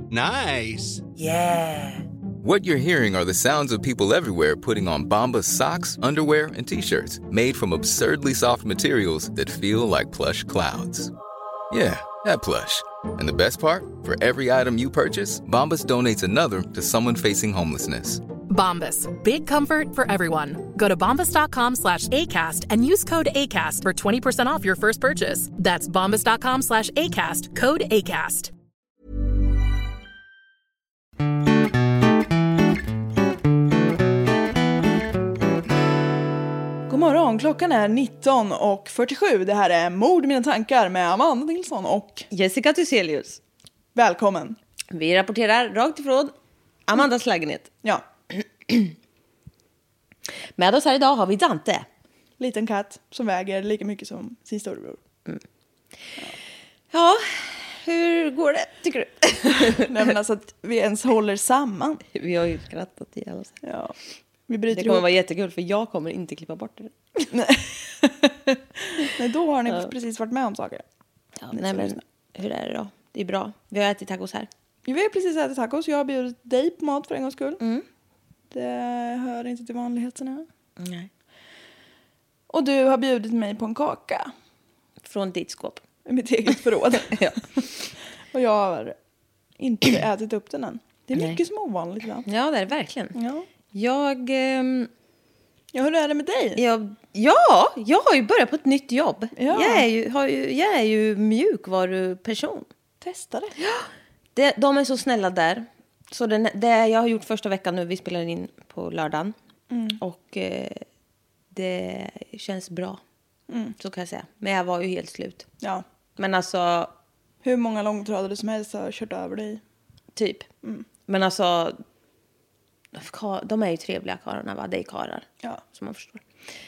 Nice. Yeah. What you're hearing are the sounds of people everywhere putting on Bombas socks, underwear, and T-shirts made from absurdly soft materials that feel like plush clouds. Yeah, that plush. And the best part? For every item you purchase, Bombas donates another to someone facing homelessness. Bombas. Big comfort for everyone. Go to bombas.com/ACAST and use code ACAST for 20% off your first purchase. That's bombas.com/ACAST. Code ACAST. God morgon, klockan är 19:47. Det här är Mord i mina tankar med Amanda Nilsson och Jessica Thyselius. välkommen. Vi rapporterar rakt ifrån Amandas lägenhet. Ja, Med oss här idag har vi Dante. liten katt som väger lika mycket som sin storebror. Ja, hur går det tycker du? Nej, men alltså att vi ens håller samman. Vi har ju skrattat ihjäl oss. Ja, vi bryter Det kommer ihop. vara jättekul för jag kommer inte klippa bort det. Nej, då har ni precis varit med om saker. Ja, nej men hur är det då? Det är bra. Vi har ätit tacos här. Vi har precis ätit tacos. Jag har bjudit dig på mat för en gångs skull. Det hör inte till vanligheterna. Nej. Och du har bjudit mig på en kaka Från ditt skåp. i mitt eget förråd. Ja. Och jag har inte ätit upp den än. Det är Nej. mycket som ovanligt idag. Ja, det är det verkligen. Ja. Ja, Hur är det med dig? jag har ju börjat på ett nytt jobb. Ja. Jag är ju mjukvaruperson. Testa det. De är så snälla där. Så det jag har gjort första veckan nu, vi spelar in på lördagen. Och det känns bra. Så kan jag säga. Men jag var ju helt slut. Ja. Men alltså, Hur många långtradare som helst har kört över dig. typ. Men alltså, de är ju trevliga karlarna, va? Det är karar, Ja, som man förstår.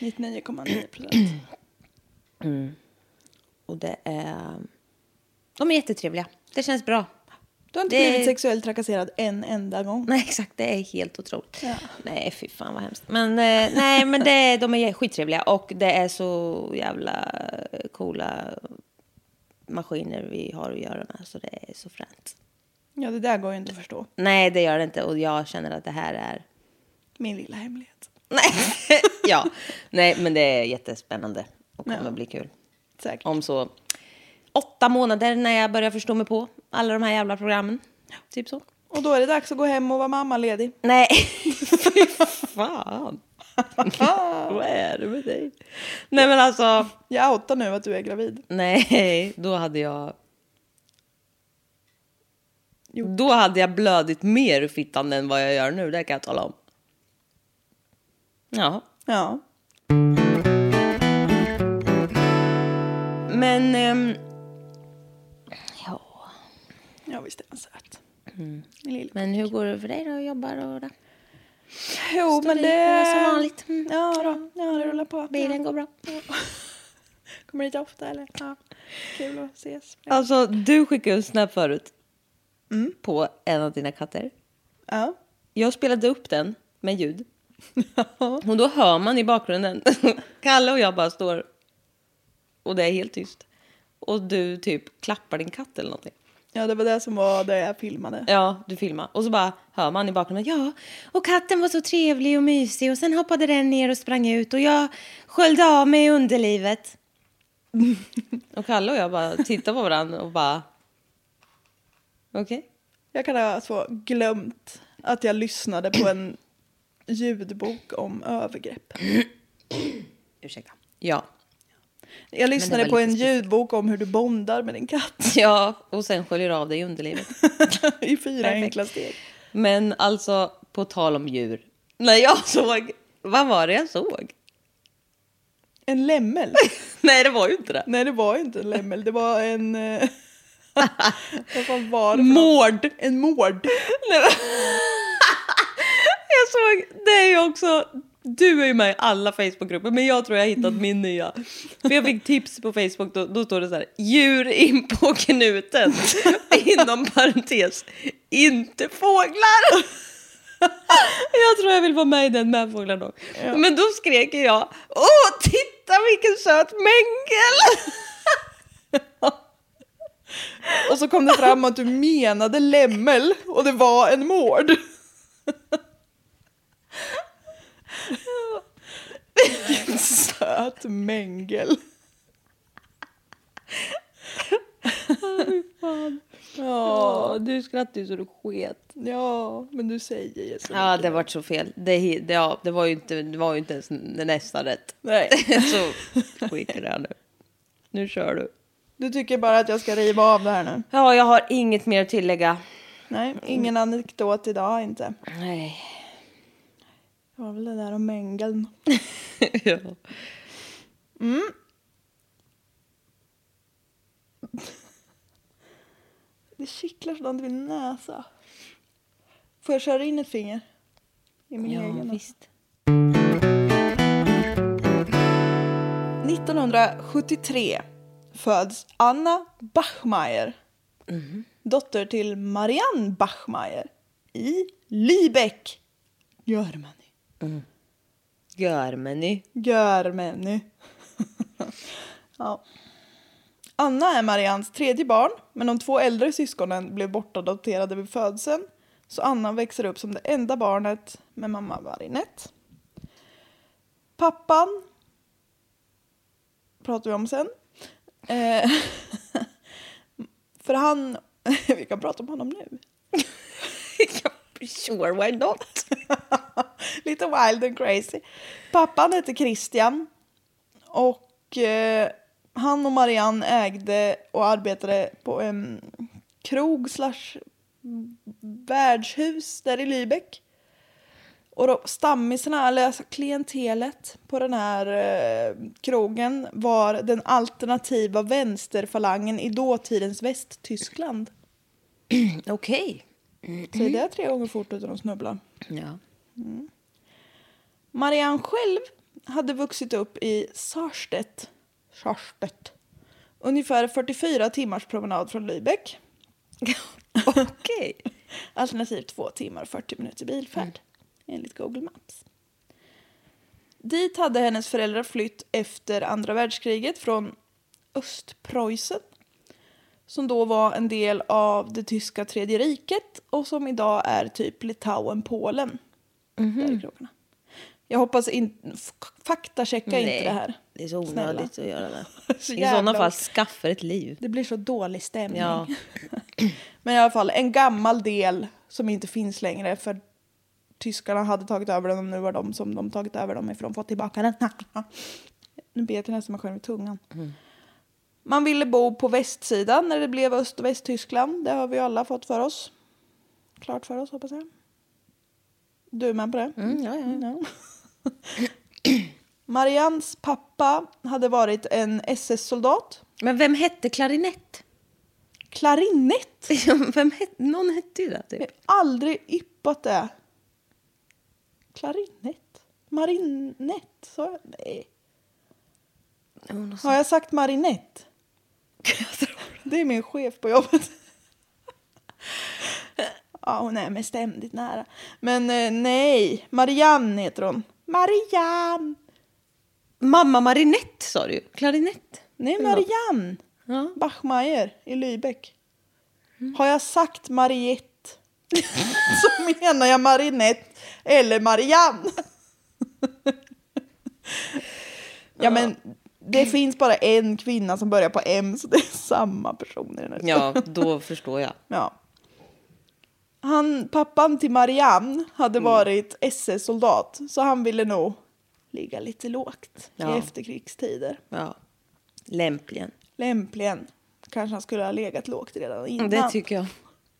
99,9%. Och de är jättetrevliga. Det känns bra. Du har inte blivit sexuellt trakasserad en enda gång. Nej, exakt. Det är helt otroligt. Ja. Nej, fy fan vad hemskt. Men, men de är skittrevliga. Och det är så jävla coola maskiner vi har att göra med. Så det är så fränt. Ja, det där går ju inte att förstå. Nej, det gör det inte. Och jag känner att det här är... Min lilla hemlighet. Nej, ja. Nej, men det är jättespännande. Och kommer bli kul. Säkert. Om så 8 månader när jag börjar förstå mig på alla de här jävla programmen. Typ så. Och då är det dags att gå hem och vara mammaledig. Nej, fy fan. Vad är det med dig? Nej, men alltså... Jag outar nu att du är gravid. Nej, då hade jag... Då hade jag blödigt mer i fittan än vad jag gör nu. Det kan jag tala om. Ja. Ja. Men... ja. Ja, visst är han söt. Min lilla. Men hur går det för dig då? Jobbar och det? Jo, men Står det... som vanligt. Ja, då. Ja, det rullar på. Bilen går bra. Kommer hit ofta, eller? Ja. Kul att ses. Alltså, du skickade en snap förut. På en av dina katter. Ja. Jag spelade upp den med ljud. Och då hör man i bakgrunden. Kalle och jag bara står. Och det är helt tyst. Och du typ klappar din katt eller någonting. Ja, det var det som var det jag filmade. Ja, du filmar. Och så bara hör man i bakgrunden. Ja, och katten var så trevlig och mysig. Och sen hoppade den ner och sprang ut. Och jag sköljde av mig i underlivet. Och Kalle och jag bara tittar på varandra och bara... Okej. Jag kan ha så glömt att jag lyssnade på en ljudbok om övergrepp. Ursäkta. Ja. Jag lyssnade var på lite en speciellt. ljudbok om hur du bondar med din katt. Ja, och sen sköljer av dig i underlivet. I 4 Perfekt. enkla steg. Men alltså, på tal om djur. När jag såg... Vad var det jag såg? En lämmel. Nej, det var ju inte det. Nej, det var ju inte en lämmel. Det var en... vad fan var det? Mård. En mård. Jag såg... Det är ju också... Du är ju med i alla Facebookgrupper, men jag tror jag har hittat min nya. För jag fick tips på Facebook, då står det så här: djur in på knuten. Inom parentes, inte fåglar. Jag tror jag vill vara med i den med fåglar då. Ja. Men då skrek jag: åh, titta vilken söt mängel. Och så kom det fram att du menade lämmel och det var en mård. Vilken söt mängel. Ja, du skrattade ju så du sket. Ja, men du säger ju så Ja, mycket. det var så fel. Det var ju inte ens nästan rätt. Nej. Så skit i det här nu. Nu kör du. Du tycker bara att jag ska riva av det här nu? Ja, jag har inget mer att tillägga. Nej, ingen anekdot idag inte. Nej. Det var väl det där om mängeln. Ja. Det kittlar sådant vid näsa. Får jag köra in ett finger? I min Ja, egen. visst. 1973 föds Anna Bachmeier. Dotter till Marianne Bachmeier i Lübeck. Germany. Ja. Anna är Mariannes tredje barn, men de 2 äldre syskonen blev bortadopterade vid födseln. Så Anna växer upp som det enda barnet med mamma Marinette. Pappan pratar vi om sen. För han... vi kan prata om honom nu. Sure, why not? Lite wild and crazy. Pappan heter Christian. Och han och Marianne ägde och arbetade på en krog / värdshus där i Lübeck. Och då, stammisarna, eller alltså klientelet på den här krogen var den alternativa vänsterfalangen i dåtidens Västtyskland. Okej. Så det är 3 gånger fort utan att snubbla. Ja. Marianne själv hade vuxit upp i Sarstedt. Ungefär 44 timmars promenad från Lübeck. Okej. Alternativt 2 timmar och 40 minuter bilfärd. Enligt Google Maps. Dit hade hennes föräldrar flytt efter andra världskriget från Östpreussen. Som då var en del av det tyska tredje riket. Och som idag är typ Litauen, Polen. Där i krokarna. Jag hoppas faktachecka inte det här. Det är så onödigt att göra det. Så I jävla- sådana fall skaffa ett liv. Det blir så dålig stämning. Ja. Men i alla fall en gammal del som inte finns längre. För tyskarna hade tagit över den och nu var de som de tagit över dem ifrån fått tillbaka den. Nu bet jag nästan mig själv i tungan. Man ville bo på västsidan när det blev Öst- och Västtyskland. Det har vi alla fått för oss. Klart för oss, hoppas jag. Du är med på det? Ja. Mariannes pappa hade varit en SS-soldat. Men vem hette klarinett? Klarinett? Någon hette ju det typ. Jag har aldrig yppat det. Klarinett? Marinett? Så nej. Har jag sagt marinett? Det är min chef på jobbet. Ja, hon är mig ständigt nära. Men nej, Marianne heter hon. Marianne! Mamma Marinette sa du ju. Klarinett. Nej, Marianne. Ja. Bachmeier i Lübeck. Har jag sagt Mariette så menar jag Marinette eller Marianne. Ja, men det finns bara en kvinna som börjar på M, så det är samma person i den här. Ja, då förstår jag. Ja. Pappan till Marianne hade varit SS-soldat, så han ville nog ligga lite lågt i efterkrigstider. Ja, lämpligen. Lämpligen. Kanske han skulle ha legat lågt redan innan. Det tycker jag.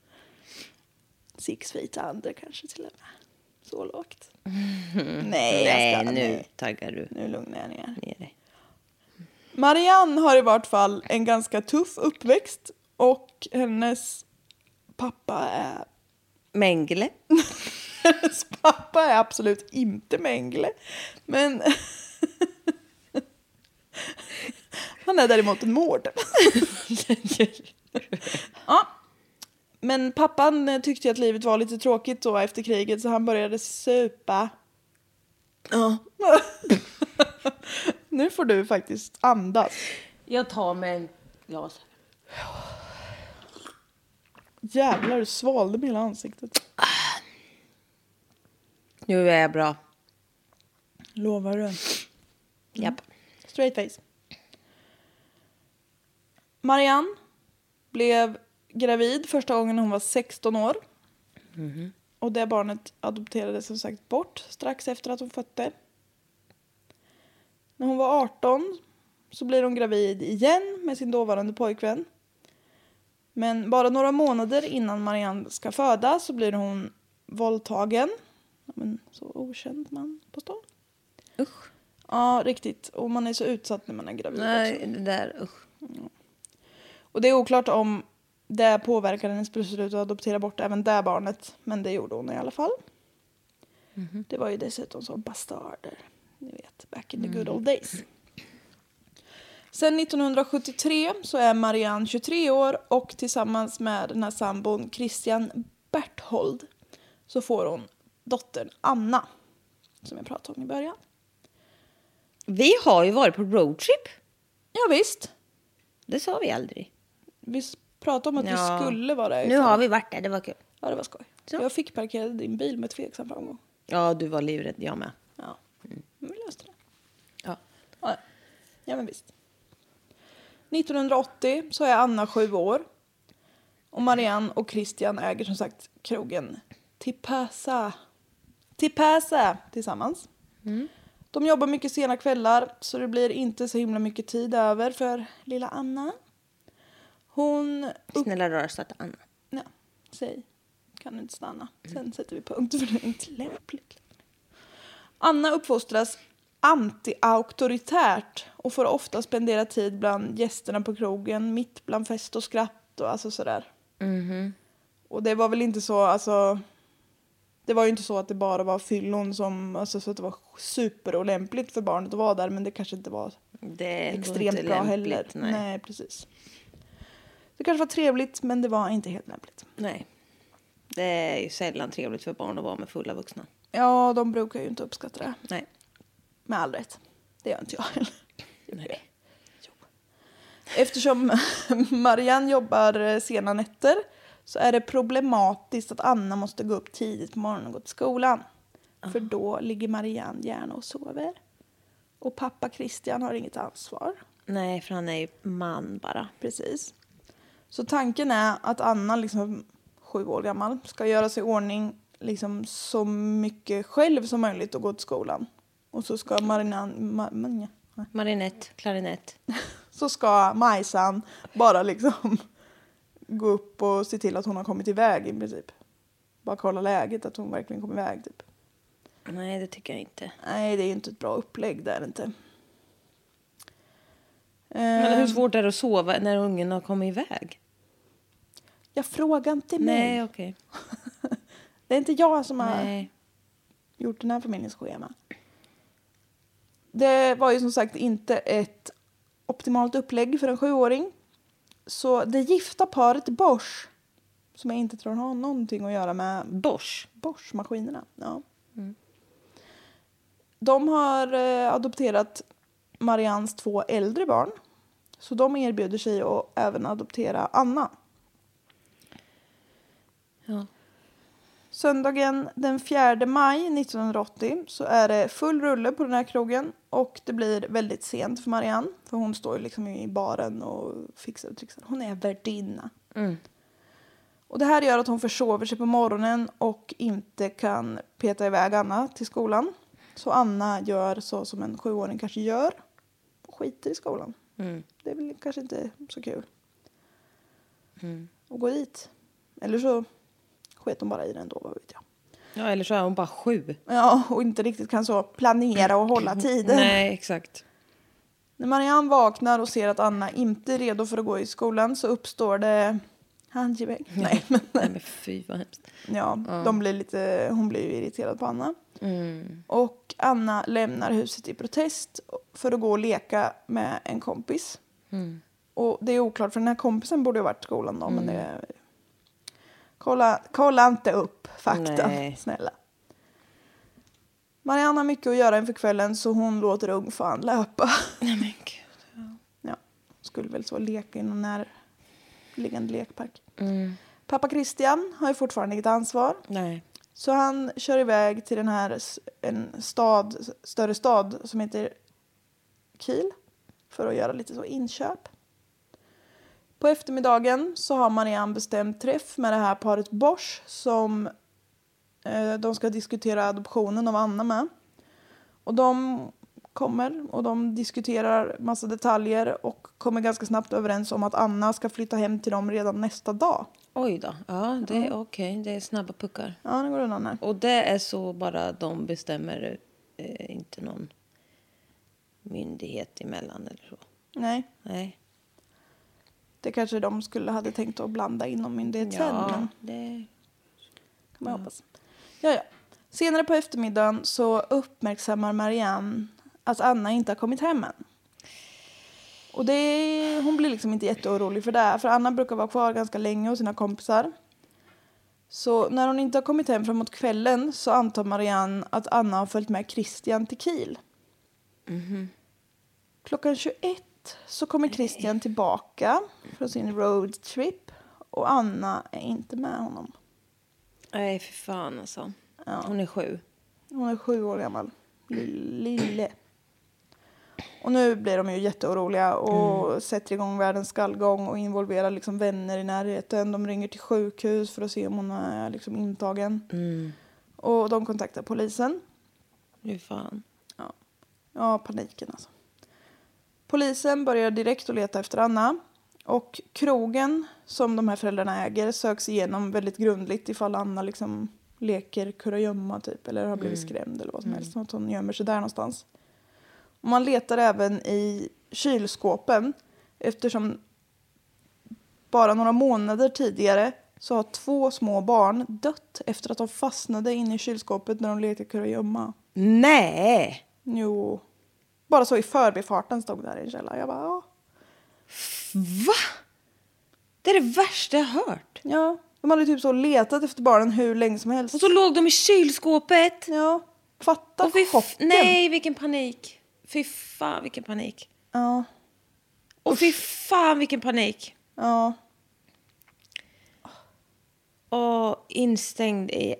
6 feet under kanske till och med. Så lågt. Nej, nu taggar du Nu lugnar jag ner. dig. Marianne har i vart fall en ganska tuff uppväxt. Och hennes pappa är... Mengele. Hennes pappa är absolut inte Mengele. Men... han är däremot en mård. Ja. Men pappan tyckte att livet var lite tråkigt då efter kriget, så han började supa. Ja. Nu får du faktiskt andas. Jag tar med en glas. Jävlar, du svalde med hela ansiktet. Nu är jag bra. Lovar du? Japp. Straight face. Marianne blev gravid första gången hon var 16 år. Och det barnet adopterades som sagt bort strax efter att hon födde. När hon var 18 så blir hon gravid igen med sin dåvarande pojkvän. Men bara några månader innan Marianne ska föda så blir hon våldtagen. Men så okänd man på stan. Usch. Ja, riktigt. Och man är så utsatt när man är gravid. Nej, också. det där, usch. Och det är oklart om det påverkar hennes beslut att adoptera bort även det barnet. Men det gjorde hon i alla fall. Det var ju dessutom så bastarder. Ni vet, back in the good old days. Sen 1973 så är Marianne 23 år och tillsammans med den här sambon Christian Berthold så får hon dottern Anna, som jag pratade om i början. Vi har ju varit på roadtrip. Ja visst, Det sa vi aldrig. vi pratade om att vi skulle vara där. Nu har vi varit där, det var kul. Ja, det var skoj. Så. Jag fick parkera din bil med tveksam framgång. Ja, du var livrädd, jag med. Ja, men vi löste det. Ja. Ja, men visst. 1980 så är Anna 7 år. Och Marianne och Christian äger som sagt krogen Tipasa tillsammans. De jobbar mycket sena kvällar så det blir inte så himla mycket tid över för lilla Anna. Hon... Snälla röra så att Anna. Ja, säg. Kan du inte stanna? Sen sätter vi punkt för det är inte lämpligt. Anna uppfostras anti-auktoritärt och får ofta spendera tid bland gästerna på krogen, mitt bland fest och skratt och alltså sådär. Och det var väl inte så, alltså det var ju inte så att det bara var fyllon som, alltså så att det var superolämpligt för barnet att vara där, men det kanske inte var Det extremt bra heller. Nej, precis. Det kanske var trevligt, men det var inte helt lämpligt. Nej. Det är ju sällan trevligt för barn att vara med fulla vuxna. Ja, de brukar ju inte uppskatta det. Nej. Med all rätt. Det gör inte jag heller. Nej. Eftersom Marianne jobbar sena nätter så är det problematiskt att Anna måste gå upp tidigt på morgonen och gå till skolan. För då ligger Marianne gärna och sover. Och pappa Christian har inget ansvar. Nej, för han är ju man bara. Precis. Så tanken är att Anna, liksom 7 år gammal, ska göra sig i ordning liksom så mycket själv som möjligt och gå till skolan. Och så ska Marinett, klarinett. så ska Majsan bara liksom gå upp och se till att hon har kommit iväg i princip. Bara kolla läget, att hon verkligen kom iväg typ. Nej, det tycker jag inte. Nej, det är ju inte ett bra upplägg där inte. Men hur svårt är det att sova när ungen har kommit iväg? Jag frågar inte mig. Nej, okej. Det är inte jag som har Nej. gjort den här familjens schema. Det var ju som sagt inte ett optimalt upplägg för en 7-åring. Så det gifta paret Bosch, som jag inte tror har någonting att göra med Bosch-maskinerna. Ja. De har adopterat Mariannes 2 äldre barn. Så de erbjuder sig att även adoptera Anna. Ja. Söndagen den 4 maj 1980 så är det full rulle på den här krogen. Och det blir väldigt sent för Marianne. För hon står ju liksom i baren och fixar och trixar. Hon är värdinna. Och det här gör att hon försover sig på morgonen och inte kan peta iväg Anna till skolan. Så Anna gör så som en 7-åring kanske gör. Och skiter i skolan. Det är väl kanske inte så kul. Att gå dit. Eller så sket hon bara i den då, vad vet jag. Ja, eller så är hon bara 7. Ja, och inte riktigt kan så planera och hålla tider. Nej, exakt. När Marianne vaknar och ser att Anna inte är redo för att gå i skolan så uppstår det handgemäng. Nej, men fy vad hemskt. Ja, hon blir ju irriterad på Anna. Och Anna lämnar huset i protest för att gå och leka med en kompis. Och det är oklart, för den här kompisen borde ha varit i skolan då, men det... Kolla inte upp fakta, snälla. Marianne har mycket att göra inför kvällen så hon låter ungfan löpa. Nej men gud. Ja, skulle väl så leka i någon närliggande lekpark. Pappa Christian har ju fortfarande inget ansvar. Nej. Så han kör iväg till den här större stad som heter Kiel för att göra lite så inköp. På eftermiddagen så har Marianne bestämt träff med det här paret Bosch som de ska diskutera adoptionen av Anna med. Och de kommer och de diskuterar massa detaljer och kommer ganska snabbt överens om att Anna ska flytta hem till dem redan nästa dag. Oj då. Ja, det är okej. Det är snabba puckar. Ja, det går undan här. Och det är så bara de bestämmer, inte någon myndighet emellan eller så. Nej. Det kanske de hade tänkt att blanda inom myndigheten. Ja, det kan man hoppas. Ja. Senare på eftermiddagen så uppmärksammar Marianne att Anna inte har kommit hem än. Och hon blir liksom inte jätteorolig för det. För Anna brukar vara kvar ganska länge hos sina kompisar. Så när hon inte har kommit hem framåt kvällen så antar Marianne att Anna har följt med Christian till Kiel. Klockan 21 så kommer Christian tillbaka från sin roadtrip. Och Anna är inte med honom. Nej, för fan alltså. Ja. Hon är 7. Hon är 7 år gammal. Lille. Och nu blir de ju jätteoroliga och sätter igång världens skallgång och involverar liksom vänner i närheten. De ringer till sjukhus för att se om hon är liksom intagen. Och de kontaktar polisen. Hur fan? Ja, paniken alltså. Polisen börjar direkt att leta efter Anna. Och krogen som de här föräldrarna äger söks igenom väldigt grundligt ifall Anna liksom leker kurragömma typ. Eller har blivit skrämd eller vad som helst. Så att hon gömmer sig där någonstans. Och man letar även i kylskåpen eftersom bara några månader tidigare så har 2 små barn dött efter att de fastnade inne i kylskåpet när de lekte kurragömma. Nej! Jo. Bara så i förbifarten stod där i en källa. Jag bara, ja. Va? Det är det värsta jag hört. Ja, de hade typ så letat efter barnen hur länge som helst. Och så låg de i kylskåpet. Ja, fatta och chocken. Nej, vilken panik. Fy fan, vilken panik. Ja. Och fy fan, vilken panik. Ja. Och instängd i...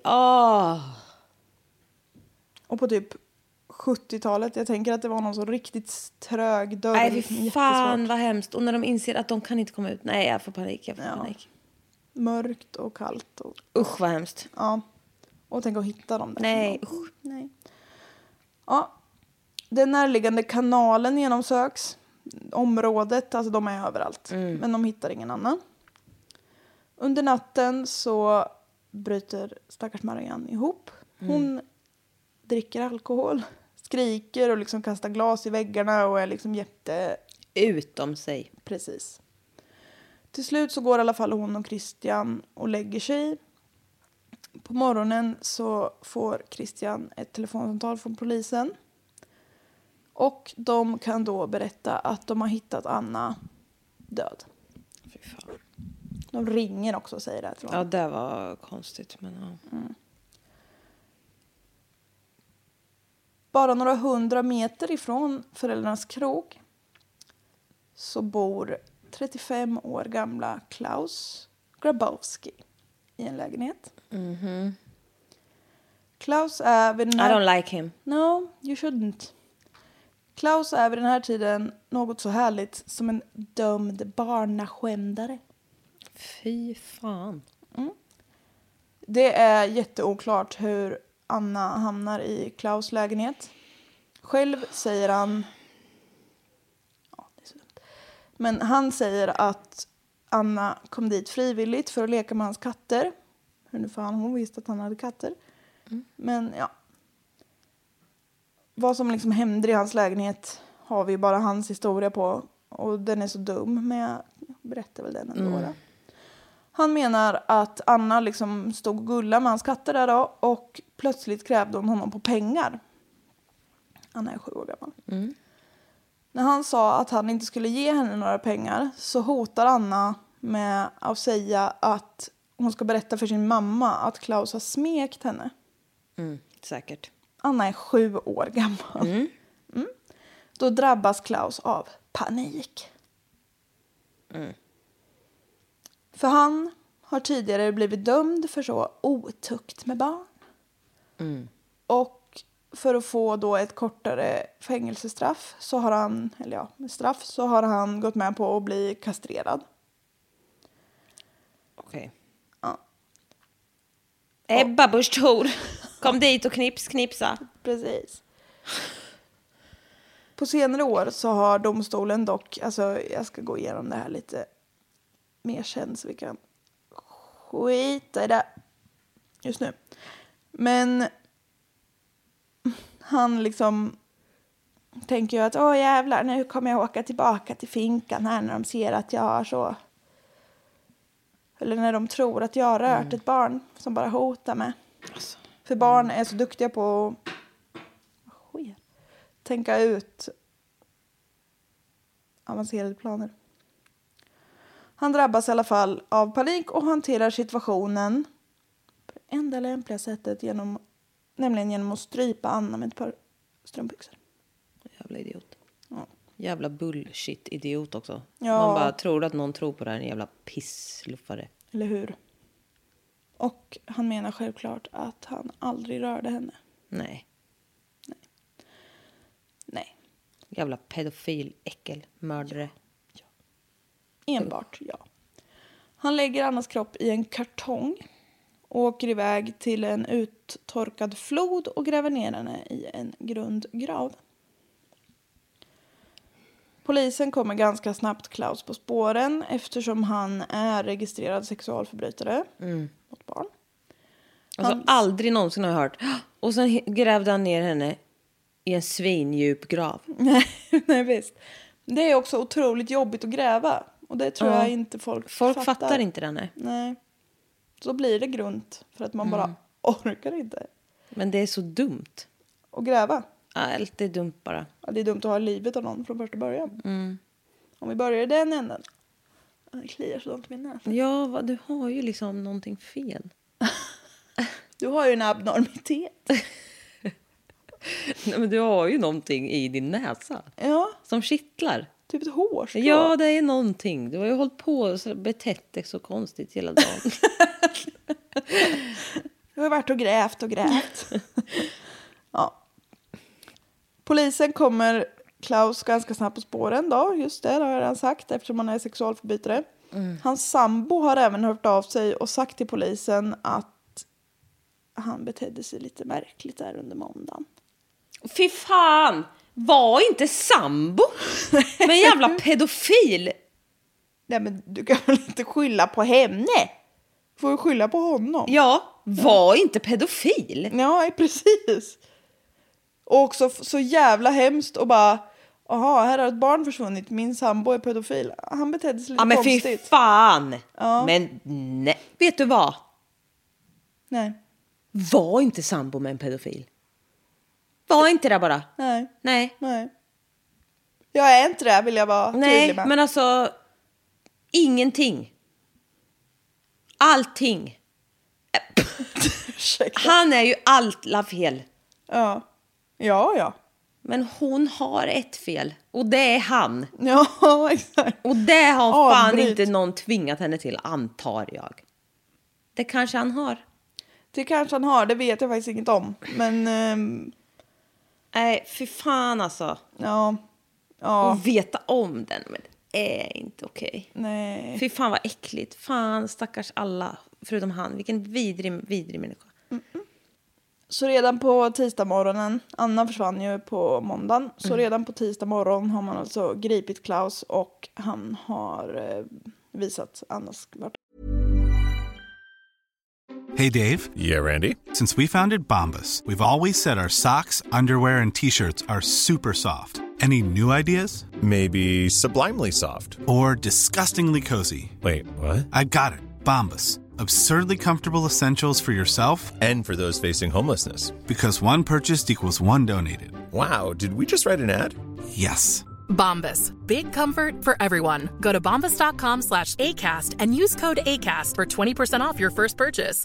Och på typ 70-talet, jag tänker att det var någon så riktigt trög dörr. Nej, fy fan vad hemskt. Och när de inser att de kan inte komma ut. Nej, jag får panik, panik. Mörkt och kallt. Och... Usch, vad hemskt. Ja. Och tänk att hitta dem där. Nej, usch. Nej. Ja. Den närliggande kanalen genomsöks. Området, alltså de är överallt. Men de hittar ingen annan. Under natten så bryter stackars Marianne ihop. Hon dricker alkohol, skriker och liksom kastar glas i väggarna och är liksom utom sig. Precis. Till slut så går i alla fall hon och Christian och lägger sig. På morgonen så får Christian ett telefonsamtal från polisen. Och de kan då berätta att de har hittat Anna död. Fy fan. De ringer också och säger det. Ja, det var konstigt. Men ja. Bara några 100 meter ifrån föräldrarnas krog så bor 35 år gamla Klaus Grabowski i en lägenhet. Klaus är vid den här... I don't like him. No, you shouldn't. Klaus är vid den här tiden något så härligt som en dömd barnaskändare. Fy fan. Det är jätteoklart hur Anna hamnar i Klaus lägenhet. Själv säger han... Ja, det är så dumt. Men han säger att Anna kom dit frivilligt för att leka med hans katter. Hur nu fan hon visste att han hade katter. Men ja. Vad som liksom händer i hans lägenhet har vi bara hans historia på. Och den är så dum, men jag berättar väl den ändå. Han menar att Anna liksom stod och gullade med hans katter där då. Och plötsligt krävde hon honom på pengar. Anna är 7 år gammal. När han sa att han inte skulle ge henne några pengar så hotar Anna med att säga att hon ska berätta för sin mamma att Klaus har smekt henne. Säkert. Anna är 7 år gammal. Då drabbas Klaus av panik. För han har tidigare blivit dömd för så otukt med barn. Och för att få då ett kortare fängelsestraff så har han, så har han gått med på att bli kastrerad. Okej. Ja. Ebba Busch Thor. Kom dit och knipsa. Precis. På senare år så har domstolen dock, alltså jag ska gå igenom det här lite mer sen så vi kan skita i det just nu. Men han liksom tänker ju att jävlar, nu kommer jag åka tillbaka till finkan här när de ser att jag har så, eller när de tror att jag har rört ett barn som bara hotar mig. Alltså. För barn är så duktiga på att tänka ut avancerade planer. Han drabbas i alla fall av panik och hanterar situationen på det enda lämpliga sättet nämligen genom att strypa Anna med ett par strumpbyxor. Jävla idiot. Ja. Jävla bullshit-idiot också. Ja. Man bara tror att någon tror på det här, en jävla pissluffare. Eller hur? Och han menar självklart att han aldrig rörde henne. Nej. Jävla pedofil, äckel, mördare. Ja. Enbart, ja. Han lägger Annas kropp i en kartong och åker iväg till en uttorkad flod och gräver ner henne i en grundgrav. Polisen kommer ganska snabbt Klaus på spåren eftersom han är registrerad sexualförbrytare mot barn. Alltså aldrig någonsin har jag hört. Och sen grävde han ner henne i en svindjup grav. Nej visst. Det är också otroligt jobbigt att gräva. Och det tror jag inte folk fattar inte det. Nej. Så blir det grunt för att man bara orkar inte. Men det är så dumt. Och gräva. Allt är dumt bara. Ja, det är dumt att ha livet av någon från första början. Om vi börjar i den änden. Det kliar så ont i min näsa. Ja, du har ju liksom någonting fel. Du har ju en abnormitet. Nej, men du har ju någonting i din näsa. Ja. Som kittlar. Typ ett hårstrå. Ja, det är någonting. Du har ju hållit på och betett dig så konstigt hela dagen. Jag har varit och grävt. Ja. Polisen kommer Klaus ganska snabbt på spåren då. Just det har han sagt eftersom han är sexualförbrytare. Hans sambo har även hört av sig och sagt till polisen att han betedde sig lite märkligt där under måndagen. Fy fan! Var inte sambo med en jävla pedofil? Nej men du kan väl inte skylla på henne? Får du skylla på honom? Ja, var inte pedofil. Ja, precis. Och också så jävla hemskt och bara, aha, här har ett barn försvunnit, min sambo är pedofil. Han betedde sig lite konstigt. Men fy fan! Ja. Men nej, vet du vad? Nej. Var inte sambo med en pedofil. Var inte det bara. Nej. Jag är inte det, vill jag vara tydlig med. Nej, men alltså ingenting. Allting. Han är ju alla fel. Ja. Men hon har ett fel. Och det är han. Ja, exakt. Och det har fan Avbryt. inte någon tvingat henne till, antar jag. Det kanske han har. Det vet jag faktiskt inget om. Men... Nej, fy fan alltså. Ja. Och veta om den, men det är inte okej. Nej. Fy fan vad äckligt. Fan, stackars alla. Förutom han. Vilken vidrig människa. Så redan på tisdag morgonen, Anna försvann ju på måndagen. Så redan på tisdag morgon har man alltså gripit Klaus och han har visat Annas kvart. Hey, Dave. Yeah, Randy. Since we founded Bombas, we've always said our socks, underwear, and T-shirts are super soft. Any new ideas? Maybe sublimely soft. Or disgustingly cozy? Wait, what? I got it. Bombas. Absurdly comfortable essentials for yourself And for those facing homelessness. because one purchased equals one donated. Wow, did we just write an ad? Yes. Bombas. Big comfort for everyone. Go to bombas.com/ACAST and use code ACAST for 20% off your first purchase.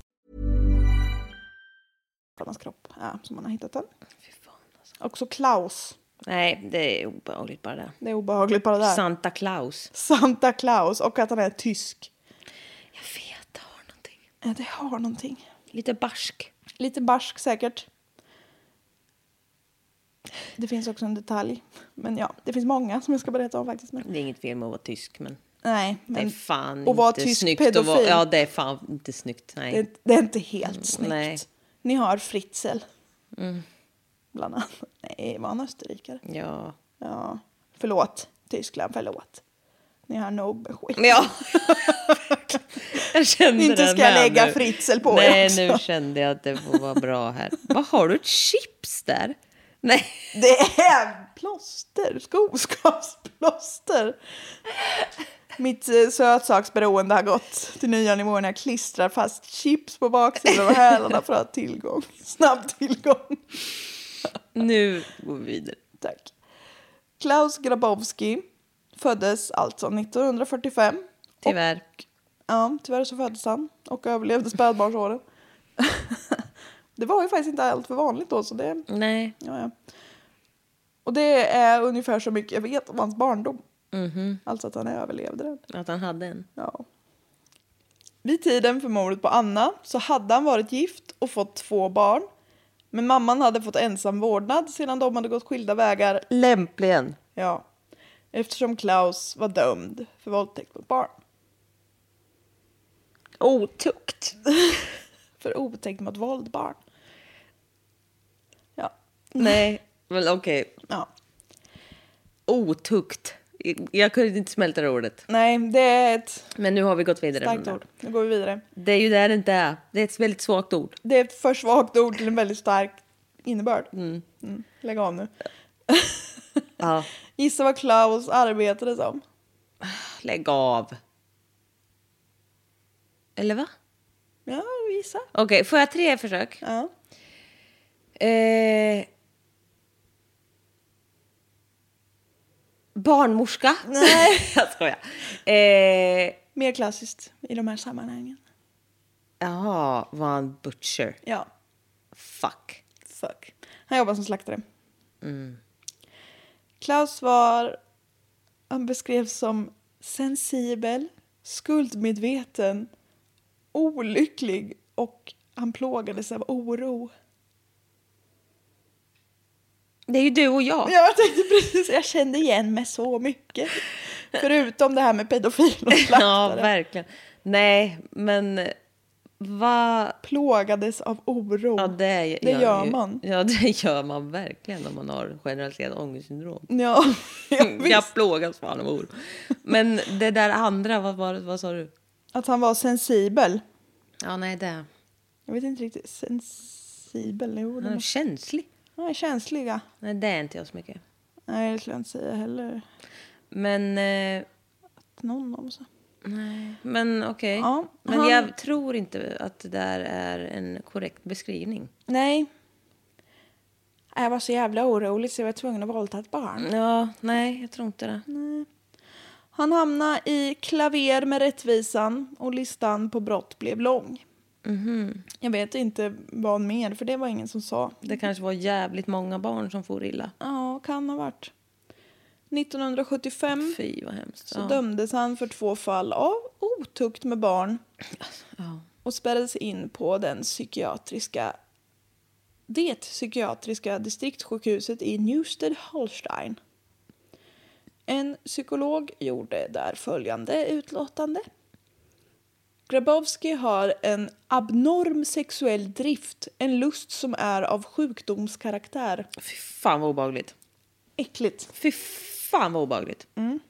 Annas kropp, ja, som man har hittat den. Fy fan alltså. Också Klaus. Nej, det är obehagligt bara det. Det är obehagligt bara där. Santa Claus. Santa Claus och att han är tysk. Jag vet, har Ja, det har någonting. Lite barsk. Lite barsk säkert. Det finns också en detalj. Men ja, det finns många som jag ska berätta om faktiskt. Men... Det är inget fel med att vara tysk, men Nej, det är men fan och vara inte tysk snyggt. pedofil. Ja, det är fan inte snyggt. Nej. det är inte helt snyggt. Nej. Ni har Fritzl. Bland annat. Nej, var han österrikare? Ja. Ja, förlåt. Tyskland, förlåt. Ni har nog skit. Ja. Jag kände Inte den ska jag med lägga nu. Fritzl på Nej, er också. nu kände jag att det får vara bra här. Vad har du ett chips där? Nej. Det är plåster. Skoskavsplåster. Mitt sötsaksberoende har gått till nya nivåer när jag klistrar fast chips på baksidan av hälarna för att ha snabb tillgång. Nu går vi vidare. Tack. Klaus Grabowski föddes alltså 1945. Tyvärr. Ja, tyvärr så föddes han och överlevde spädbarnsåren. Det var ju faktiskt inte allt för vanligt då, så det... Nej. Ja. Och det är ungefär så mycket jag vet om hans barndom. Alltså att han överlevde den. Att han hade en. Ja. Vid tiden för mordet på Anna så hade han varit gift och fått 2 barn. Men mamman hade fått ensam vårdnad sedan de hade gått skilda vägar. Lämpligen. Ja. Eftersom Klaus var dömd för våldtäkt mot barn. Otukt. För otäckt mot våldbarn. Ja. Nej, men okej. Ja. Otukt. Jag kunde inte smälta det ordet. Nej, det är ett Men nu har vi gått vidare. starkt ord. Nu går vi vidare. Det är ju där det inte är. Det är ett väldigt svagt ord. Det är ett för svagt ord till en väldigt stark innebörd. Lägg av nu. Ja. Gissa vad Klaus arbetade som. Lägg av. Eller va? Ja, gissa. Okej, får jag 3 försök? Ja. Barnmorska? Nej. Jag skojar. Mer klassiskt i de här sammanhangen. Jaha, var han butcher? Ja, Fuck. fuck. Han jobbar som slaktare. Klaus han beskrevs som sensibel, skuldmedveten, olycklig och han plågades av oro. Det är ju du och jag. Jag tänkte precis, jag kände igen mig så mycket. Förutom det här med pedofil och slaktare. Ja, verkligen. Nej, men vad... Plågades av oro. Ja, det gör man. Ja, det gör man verkligen om man har generaliserat ångestsyndrom. Ja, Jag plågas fan av oro. Men det där andra, vad sa du? att han var sensibel. Ja, nej, det. Jag vet inte riktigt. Sensibel. Jo, Han är känslig. de är känsliga. Nej, det är inte jag så mycket. Nej, det skulle jag inte säga heller. Men... Någon av oss. Nej, men okej. Ja, men jag tror inte att det där är en korrekt beskrivning. Nej. Jag var så jävla orolig så jag var tvungen att våldta ett barn. Ja, nej, jag tror inte det. Han hamnade i klaver med rättvisan och listan på brott blev lång. Jag vet inte vad mer, för det var ingen som sa. Det kanske var jävligt många barn som får illa. Ja, kan ha varit. 1975 Fy, vad hemskt. så dömdes han för 2 fall av otukt med barn. Ja. Och spärrades in på det psykiatriska distriktssjukhuset i Newstead-Holstein. En psykolog gjorde där följande utlåtande. Grabowski har en abnorm sexuell drift, en lust som är av sjukdomskaraktär. Fy fan vad obehagligt. Äckligt. Fy fan vad obehagligt.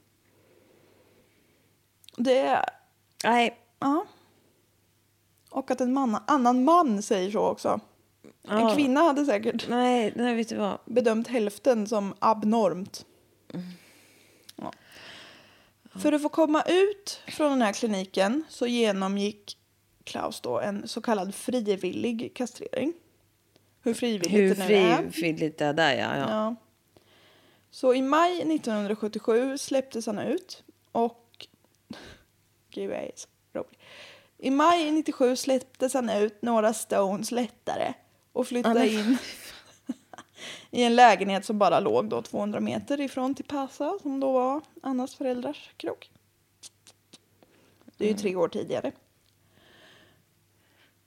Det är... Nej. Ja. Och att en annan man säger så också. Ja. En kvinna hade säkert Nej, vet du vad. bedömt hälften som abnormt. Ja. För att få komma ut från den här kliniken så genomgick Klaus då en så kallad frivillig kastrering. Hur frivilligt det nu är. Hur frivilligt det är där, ja. Ja. Så i maj 1977 släpptes han ut och... Gud, jag är så rolig. I maj 1997 släpptes han ut några stones lättare och flyttade in i en lägenhet som bara låg då 200 meter ifrån Tipasa, som då var Annas föräldrars krog. Det är ju 3 år tidigare.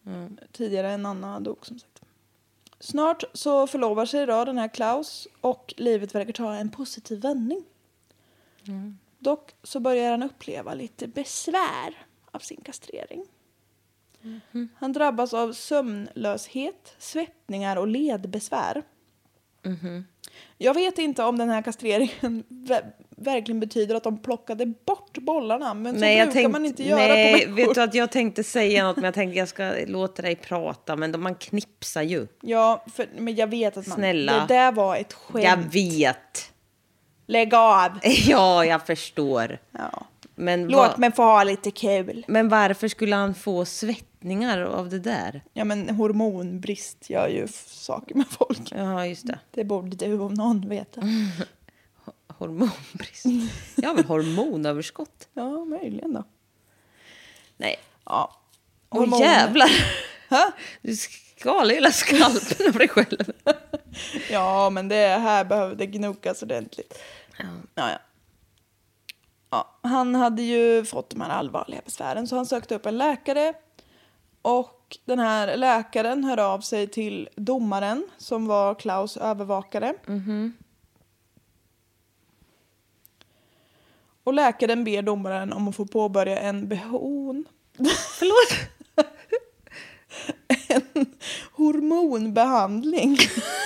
tidigare än Anna dog som sagt. Snart så förlovar sig då den här Klaus och livet verkar ta en positiv vändning. Dock så börjar han uppleva lite besvär av sin kastrering. Han drabbas av sömnlöshet, svettningar och ledbesvär. Jag vet inte om den här kastreringen verkligen betyder att de plockade bort bollarna. Men så brukar man inte göra på människor. Vet du att jag tänkte säga något, men jag tänkte jag ska låta dig prata. Men man knipsar ju. Ja, men jag vet att Snälla. Det där var ett skämt. Jag vet. Lägg av. Ja, jag förstår. Ja. Men Låt mig få ha lite kul. Men varför skulle han få svettningar av det där? Ja, men hormonbrist gör ju saker med folk. Ja, just det. Det borde du om någon veta. Hormonbrist. Jag har väl hormonöverskott? Ja, möjligen då. Nej. Ja. Åh, jävlar. Ha? Du skalar hela skalpen av dig själv. Ja, men det här behövde gnuggas ordentligt. Ja. Ja, han hade ju fått de här allvarliga besvären så han sökte upp en läkare. Och den här läkaren hörde av sig till domaren som var Klaus övervakare. Och läkaren ber domaren om att få påbörja en Förlåt? en hormonbehandling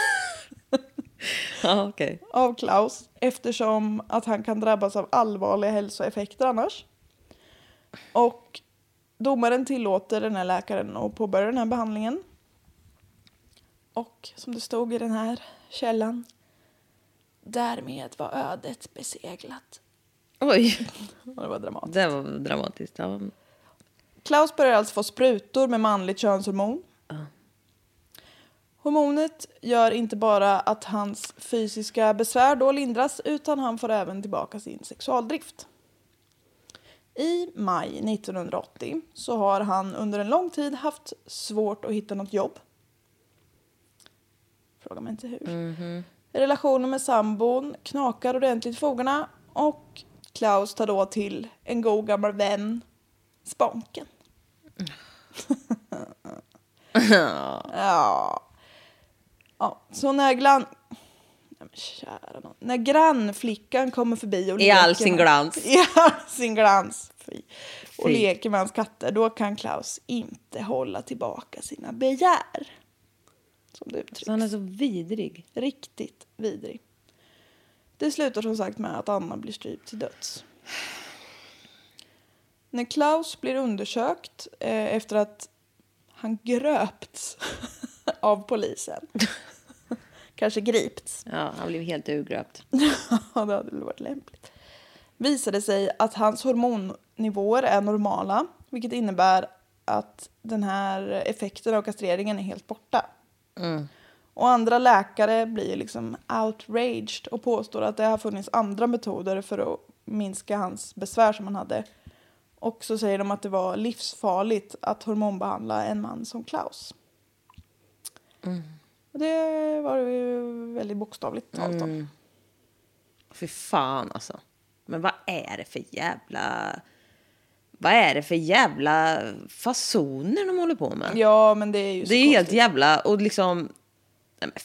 Ja, okej. av Klaus eftersom att han kan drabbas av allvarliga hälsoeffekter annars. Och domaren tillåter den här läkaren att påbörja den här behandlingen. Och som det stod i den här källan, därmed var ödet beseglat. Oj. Det var dramatiskt. Det var dramatiskt. Ja. Klaus börjar alltså få sprutor med manligt könshormon. Hormonet gör inte bara att hans fysiska besvär då lindras utan han får även tillbaka sin sexualdrift. I maj 1980 så har han under en lång tid haft svårt att hitta något jobb. Fråga mig inte hur. Relationen med sambon knakar ordentligt i fogarna och Klaus tar då till en god gammal vän, Sponken. Ja. Ja, så när grannflickan kommer förbi och I all sin glans. I all sin glans. Och leker med hans katter, då kan Klaus inte hålla tillbaka sina begär. Som det uttrycks. Så han är så vidrig. Riktigt vidrig. Det slutar som sagt med att Anna blir strypt till döds. När Klaus blir undersökt efter att han gröpts av polisen. Kanske gripts. Ja, han blev helt urgröpt. Ja, det hade väl varit lämpligt. Visade sig att hans hormonnivåer är normala. Vilket innebär att den här effekten av kastreringen är helt borta. Och andra läkare blir liksom outraged och påstår att det har funnits andra metoder för att minska hans besvär som han hade. Och så säger de att det var livsfarligt att hormonbehandla en man som Klaus. Och det var ju väldigt bokstavligt talat om. Fy fan alltså. Men vad är det för jävla fasoner de håller på med? Ja, men det är ju så det är konstigt. helt jävla och liksom nej men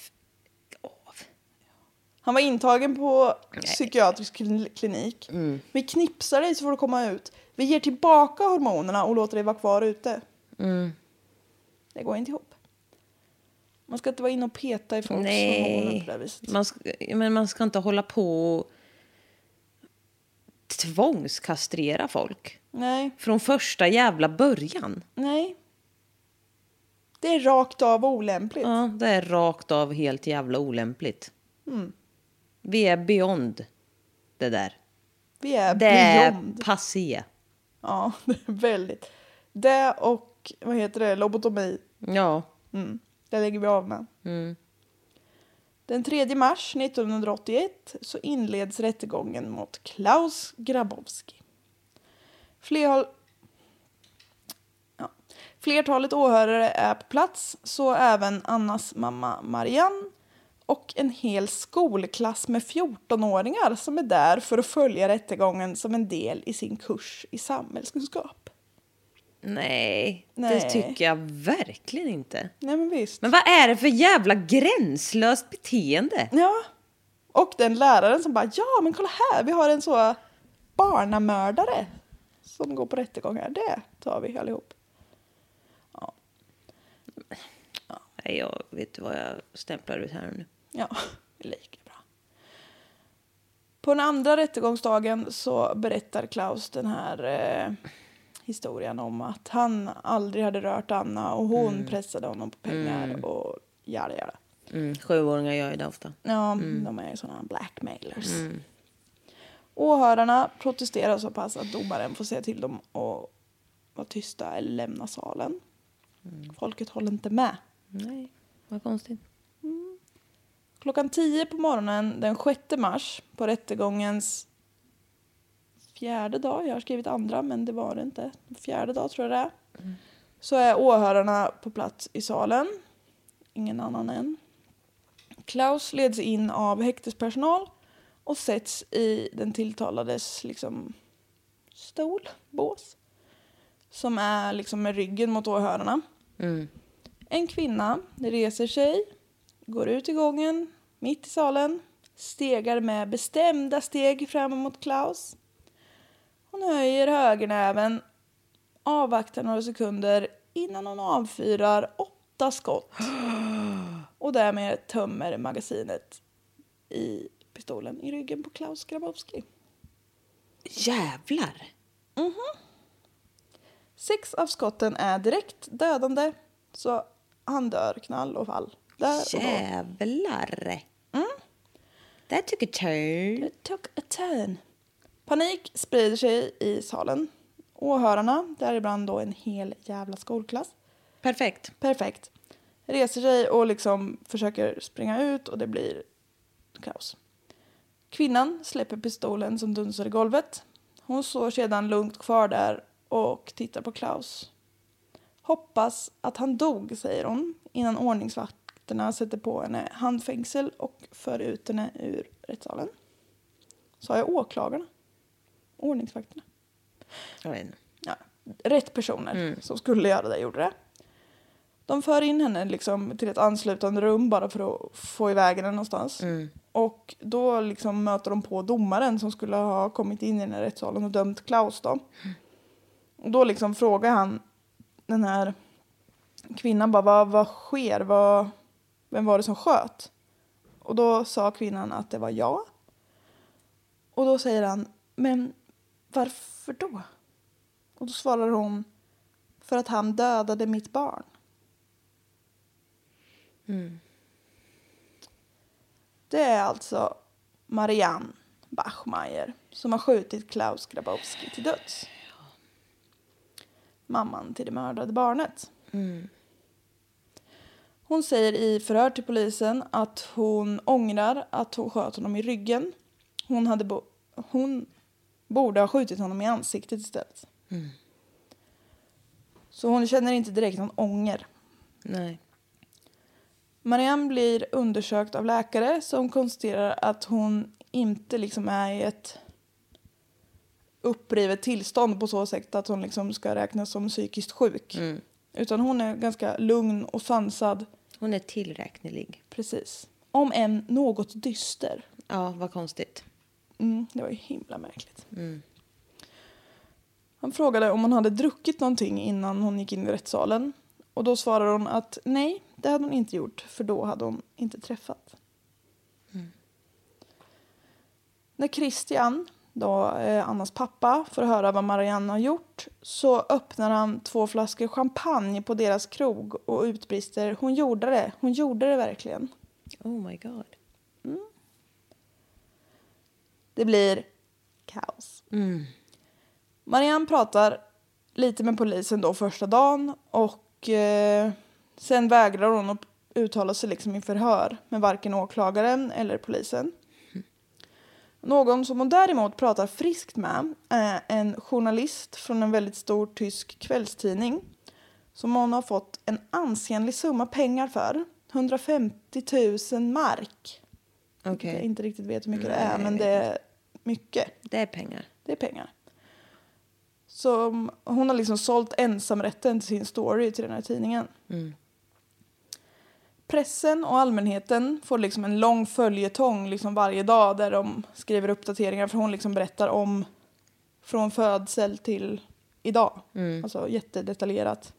han var intagen på psykiatrisk klinik. Vi knipsar dig så får du komma ut. Vi ger tillbaka hormonerna och låter dig vara kvar ute. Det går inte ihop. Man ska inte vara inne och peta i folks hormoner på det viset. Man ska inte hålla på och tvångskastrera folk. Nej. Från första jävla början. Nej. Det är rakt av olämpligt. Ja, det är rakt av helt jävla olämpligt. Vi är beyond det där. Vi är det beyond. Är passé. Ja, det är väldigt. Det och, vad heter det, lobotomi. Ja. Det lägger vi av med. Den 3 mars 1981 så inleds rättegången mot Klaus Grabowski. Flertalet åhörare är på plats, så även Annas mamma Marianne och en hel skolklass med 14-åringar som är där för att följa rättegången som en del i sin kurs i samhällskunskap. Nej, det Nej. tycker jag verkligen inte. Nej men visst. Men vad är det för jävla gränslöst beteende? Ja. Och den läraren som bara, ja men kolla här, vi har en så barnamördare som går på rättegång här. Det tar vi allihop. Nej, jag vet vad jag stämplar ut här nu. Ja, lika bra. På den andra rättegångsdagen så berättar Klaus den här historien om att han aldrig hade rört Anna och hon pressade honom på pengar och jada. 7-åringar gör ju det ofta. Ja, de är ju sådana blackmailers. Åhörarna protesterar så pass att domaren får säga till dem att vara tysta eller lämna salen. Folket håller inte med. Nej, vad konstigt. Klockan 10 på morgonen den 6 mars på rättegångens 4:e dag. Jag har skrivit andra, men det var det inte. 4:e dag tror jag det är. Så är åhörarna på plats i salen. Ingen annan än. Klaus leds in av häktespersonal och sätts i den tilltalades liksom bås. Som är liksom med ryggen mot åhörarna. En kvinna reser sig, går ut i gången, mitt i salen, stegar med bestämda steg fram mot Klaus. Hon höjer högernäven, avvaktar några sekunder innan hon avfyrar 8 skott. Och därmed tömmer magasinet i pistolen i ryggen på Klaus Grabowski. Jävlar! 6 av skotten är direkt dödande, så han dör knall och fall. Där och då. Jävlar! That took a turn. It took a turn. Panik sprider sig i salen. Åhörarna, däribland då en hel jävla skolklass. Perfekt. Reser sig och liksom försöker springa ut och det blir kaos. Kvinnan släpper pistolen som dunsar i golvet. Hon står sedan lugnt kvar där och tittar på Klaus. Hoppas att han dog, säger hon, innan ordningsvakterna sätter på henne handfängsel och för ut henne ur rättssalen. Sa jag åklagarna? Ordningsvakterna. Jag vet inte. Ja, rätt personer som skulle göra det gjorde det. De för in henne liksom till ett anslutande rum bara för att få iväg henne någonstans. Och då liksom möter de på domaren som skulle ha kommit in i den här rättssalen och dömt Klaus då. Och då liksom frågar han den här kvinnan bara, vad sker? Vem var det som sköt? Och då sa kvinnan att det var jag. Och då säger han, men varför då? Och då svarar hon, för att han dödade mitt barn. Det är alltså Marianne Bachmeier som har skjutit Klaus Grabowski till döds. Mamman till det mördade barnet. Hon säger i förhör till polisen att hon ångrar att hon sköt honom i ryggen. Hon borde ha skjutit honom i ansiktet istället. Så hon känner inte direkt någon ånger. Nej. Marianne blir undersökt av läkare som konstaterar att hon inte liksom är i ett upprivet tillstånd på så sätt att hon liksom ska räknas som psykiskt sjuk. Utan hon är ganska lugn och sansad. Hon är tillräknelig. Precis. Om än något dyster. Ja, vad konstigt. Det var ju himla märkligt. Han frågade om hon hade druckit någonting innan hon gick in i rättssalen. Och då svarade hon att nej, det hade hon inte gjort. För då hade hon inte träffat. När Christian, då Annas pappa, får höra vad Marianne har gjort, så öppnar han 2 flaskor champagne på deras krog och utbrister, hon gjorde det verkligen. Oh my god. Det blir kaos. Marianne pratar lite med polisen då första dagen och sen vägrar hon att uttala sig liksom i förhör med varken åklagaren eller polisen. Någon som hon däremot pratar friskt med är en journalist från en väldigt stor tysk kvällstidning som hon har fått en ansenlig summa pengar för. 150 000 mark. Okej. Jag inte riktigt vet hur mycket det är, men det är mycket. Det är pengar. Det är pengar. som hon har liksom sålt ensamrätten till sin story till den här tidningen. Pressen och allmänheten får liksom en lång följetong liksom varje dag där de skriver uppdateringar, för hon liksom berättar om från födsel till idag. Alltså jättedetaljerat.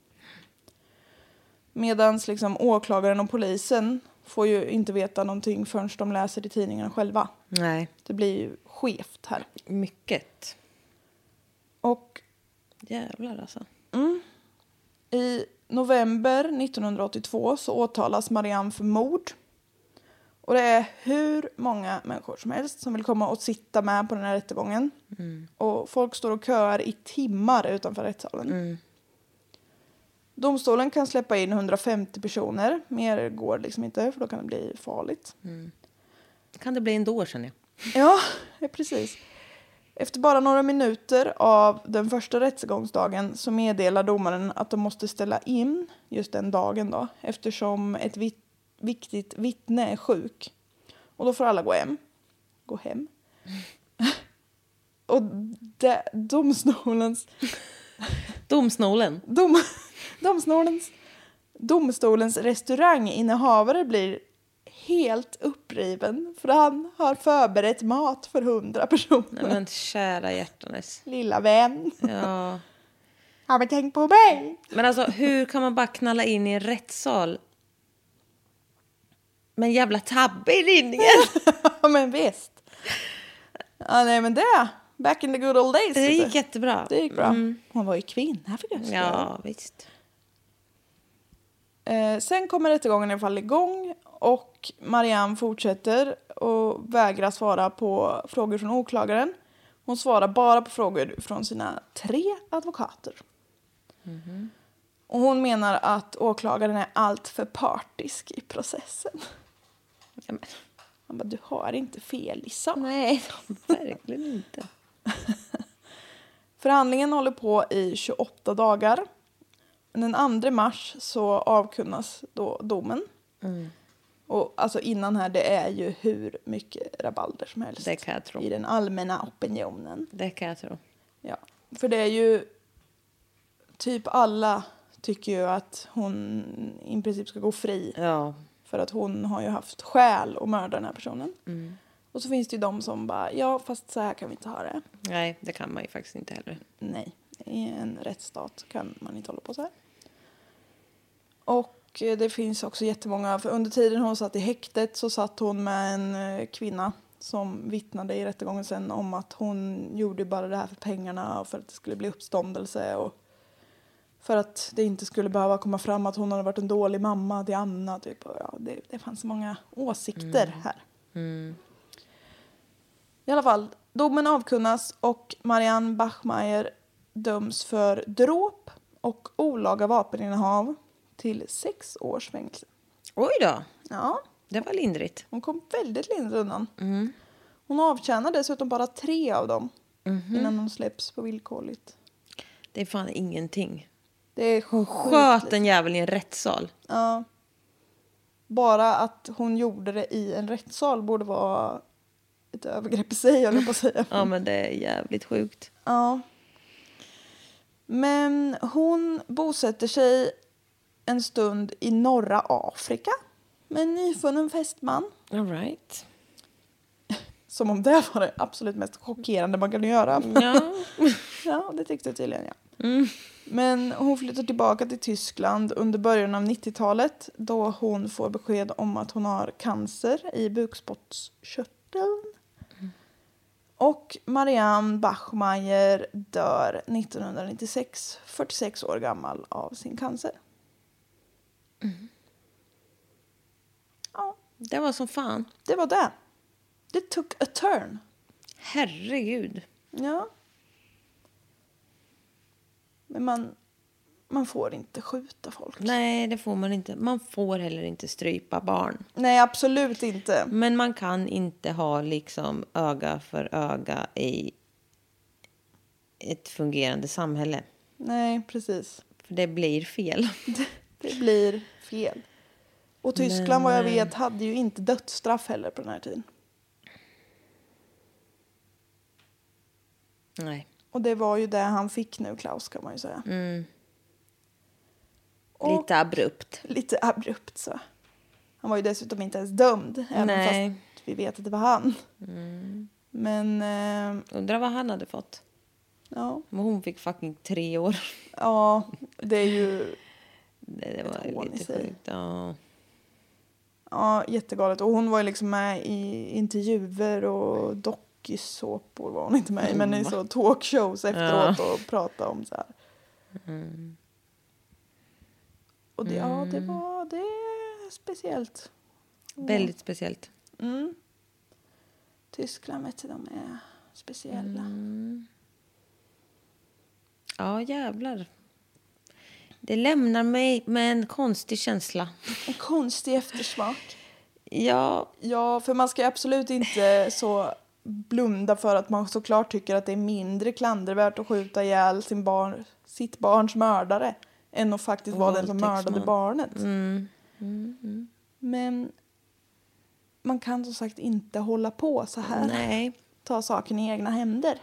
Medans liksom åklagaren och polisen får ju inte veta någonting förrän de läser i tidningarna själva. Nej. Det blir ju skevt här. Mycket. Och Jävlar alltså. i november 1982 så åtalas Marianne för mord. Och det är hur många människor som helst som vill komma och sitta med på den här rättegången. Och folk står och köar i timmar utanför rättssalen. Domstolen kan släppa in 150 personer. Mer går liksom inte, för då kan det bli farligt. Kan det bli ändå, känner jag. Ja, precis. Efter bara några minuter av den första rättegångsdagen så meddelar domaren att de måste ställa in just den dagen då. Eftersom ett viktigt vittne är sjuk. Och då får alla gå hem. Och domstolens restauranginnehavare blir helt uppriven, för han har förberett mat för 100 personer. Nej, men kära hjärtanes. Lilla vän. Ja. Har vi tänkt på mig? Men alltså, hur kan man bara knalla in i en rättssal med en jävla tabbe i linningen? Ja, men visst. Ja, nej, men det. Back in the good old days. Det gick jättebra. Det gick bra. Hon var ju kvinna för guds skull. Ja, visst. Sen kommer rättegången i alla fall igång. Och Marianne fortsätter och vägrar svara på frågor från åklagaren. Hon svarar bara på frågor från sina 3 advokater. Och hon menar att åklagaren är allt för partisk i processen. Jamen. Han bara, du har inte fel i sak. Nej, verkligen inte. Förhandlingen håller på i 28 dagar. Den 2 mars så avkunnas då domen. Och alltså innan här, det är ju hur mycket rabalder som helst. Det kan jag tro. I den allmänna opinionen. Det kan jag tro. Ja, för det är ju typ alla tycker ju att hon i princip ska gå fri. Ja. För att hon har ju haft skäl att mörda den här personen. Och så finns det ju de som bara, ja fast så här kan vi inte ha det. Nej, det kan man ju faktiskt inte heller. Nej, i en rättsstat kan man inte hålla på så här. Och det finns också jättemånga, för under tiden hon satt i häktet så satt hon med en kvinna som vittnade i rättegången sen om att hon gjorde bara det här för pengarna och för att det skulle bli uppståndelse och för att det inte skulle behöva komma fram att hon hade varit en dålig mamma till Anna. Typ. Och ja, det fanns många åsikter här. I alla fall, domen avkunnas och Marianne Bachmeier döms för dråp och olaga vapeninnehav till 6 års fängelse. Oj då, Ja, det var lindrigt. hon kom väldigt lindrigt undan. Hon avtjänar dessutom bara 3 av dem innan hon släpps på villkorligt. Det är fan ingenting. Det är Hon sköt en jävel i en rättssal. Ja. Bara att hon gjorde det i en rättssal borde vara ett övergrepp i sig, jag på att säga. Ja, men det är jävligt sjukt. Ja. Men hon bosätter sig en stund i norra Afrika med en nyfunnen fästman. All right. Som om det var det absolut mest chockerande man kunde göra. Ja. Ja, det tyckte jag tydligen, ja. Men hon flyttar tillbaka till Tyskland under början av 90-talet då hon får besked om att hon har cancer i bukspottkörteln. Och Marianne Bachmeier dör 1996, 46 år gammal av sin cancer. Ja, Det var som fan. det var det. Det took a turn. Herregud. Ja. Men man får inte skjuta folk. Nej, det får man inte. Man får heller inte strypa barn. Nej, absolut inte. Men man kan inte ha liksom öga för öga i ett fungerande samhälle. Nej, precis. För det blir fel. Det blir fel. Och Tyskland, vad jag vet, hade ju inte dödsstraff heller på den här tiden. Nej. Och det var ju det han fick nu, Klaus, kan man ju säga. Och Lite abrupt. lite abrupt så. Han var ju dessutom inte ens dömd. Även Nej. fast vi vet att det var han. Men Undrar vad han hade fått. ja. Men hon fick fucking 3 år. Ja, det är ju Det var ett hån i lite sig. sjukt. Ja. ja, jättegalet. Och hon var ju liksom med i intervjuer och dokusåpor var hon inte med i. Men i så talkshows efteråt och pratade om så här. Och det, ja, det är speciellt. Väldigt speciellt. Tyskland, vet du, de är speciella. Ja, jävlar. Det lämnar mig med en konstig känsla. En konstig eftersmak. Ja, Ja, för man ska absolut inte så blunda för att man såklart tycker att det är mindre klandervärt att skjuta ihjäl sitt barns mördare än att faktiskt vara den som mördade barnet. Men man kan som sagt inte hålla på så här. nej. Ta saken i egna händer.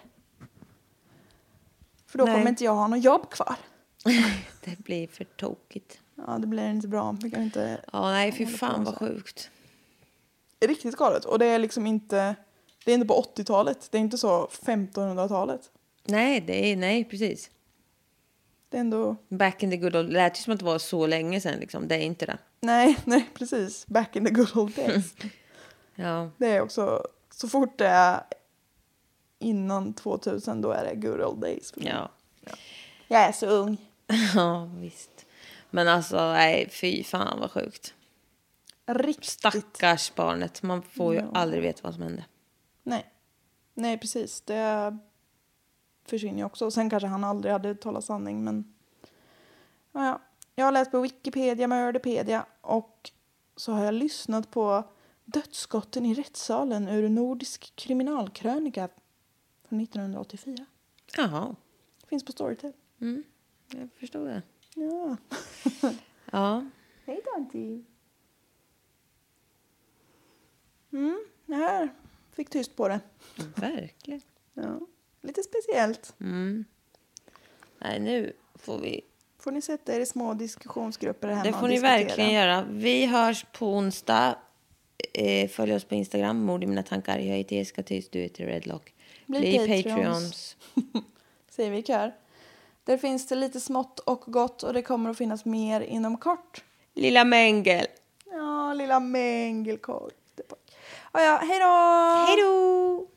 För då Nej. kommer inte jag ha något jobb kvar. Det blir för tokigt. Ja, det blir inte bra. Vi kan inte... Ja, nej, fy hålla fan på vad så. sjukt. Riktigt galet. Och det är liksom inte... Det är inte på 80-talet. Det är inte så 1500-talet. Nej, precis. Det är ändå... Back in the good old... Det lät ju som att det var så länge sedan liksom. Det är inte det. Nej, precis. Back in the good old days. Ja. Det är också... Så fort det är innan 2000, då är det good old days. Ja. Jag är så ung. Ja, visst. Men alltså, nej, fy fan vad sjukt. Riktigt. Stackars barnet. Man får ju aldrig veta vad som hände. Nej, precis. Det försvinner ju också. Och sen kanske han aldrig hade talat sanning, men... Ja. Jag har läst på Wikipedia, Mörderpedia, och så har jag lyssnat på Dödsskotten i rättssalen ur Nordisk kriminalkrönika från 1984. Jaha. Finns på Storytel. Jag förstår det. Ja. Ja. Hej Tanti. Det här fick tyst på det. Verkligen. Ja. Lite speciellt. Nej, nu får vi... Får ni sätta er i små diskussionsgrupper hemma Det och får ni diskutera. verkligen göra. Vi hörs på onsdag. Följ oss på Instagram. Mord i mina tankar. Jag heter Jessica Tyst. Du heter Redlock. Bli Patreons. Säger vi kör. Där finns det lite smått och gott, och det kommer att finnas mer inom kort. Lilla Mängel. Ja, lilla Mängelkorv. Ja, hej då! Hej då!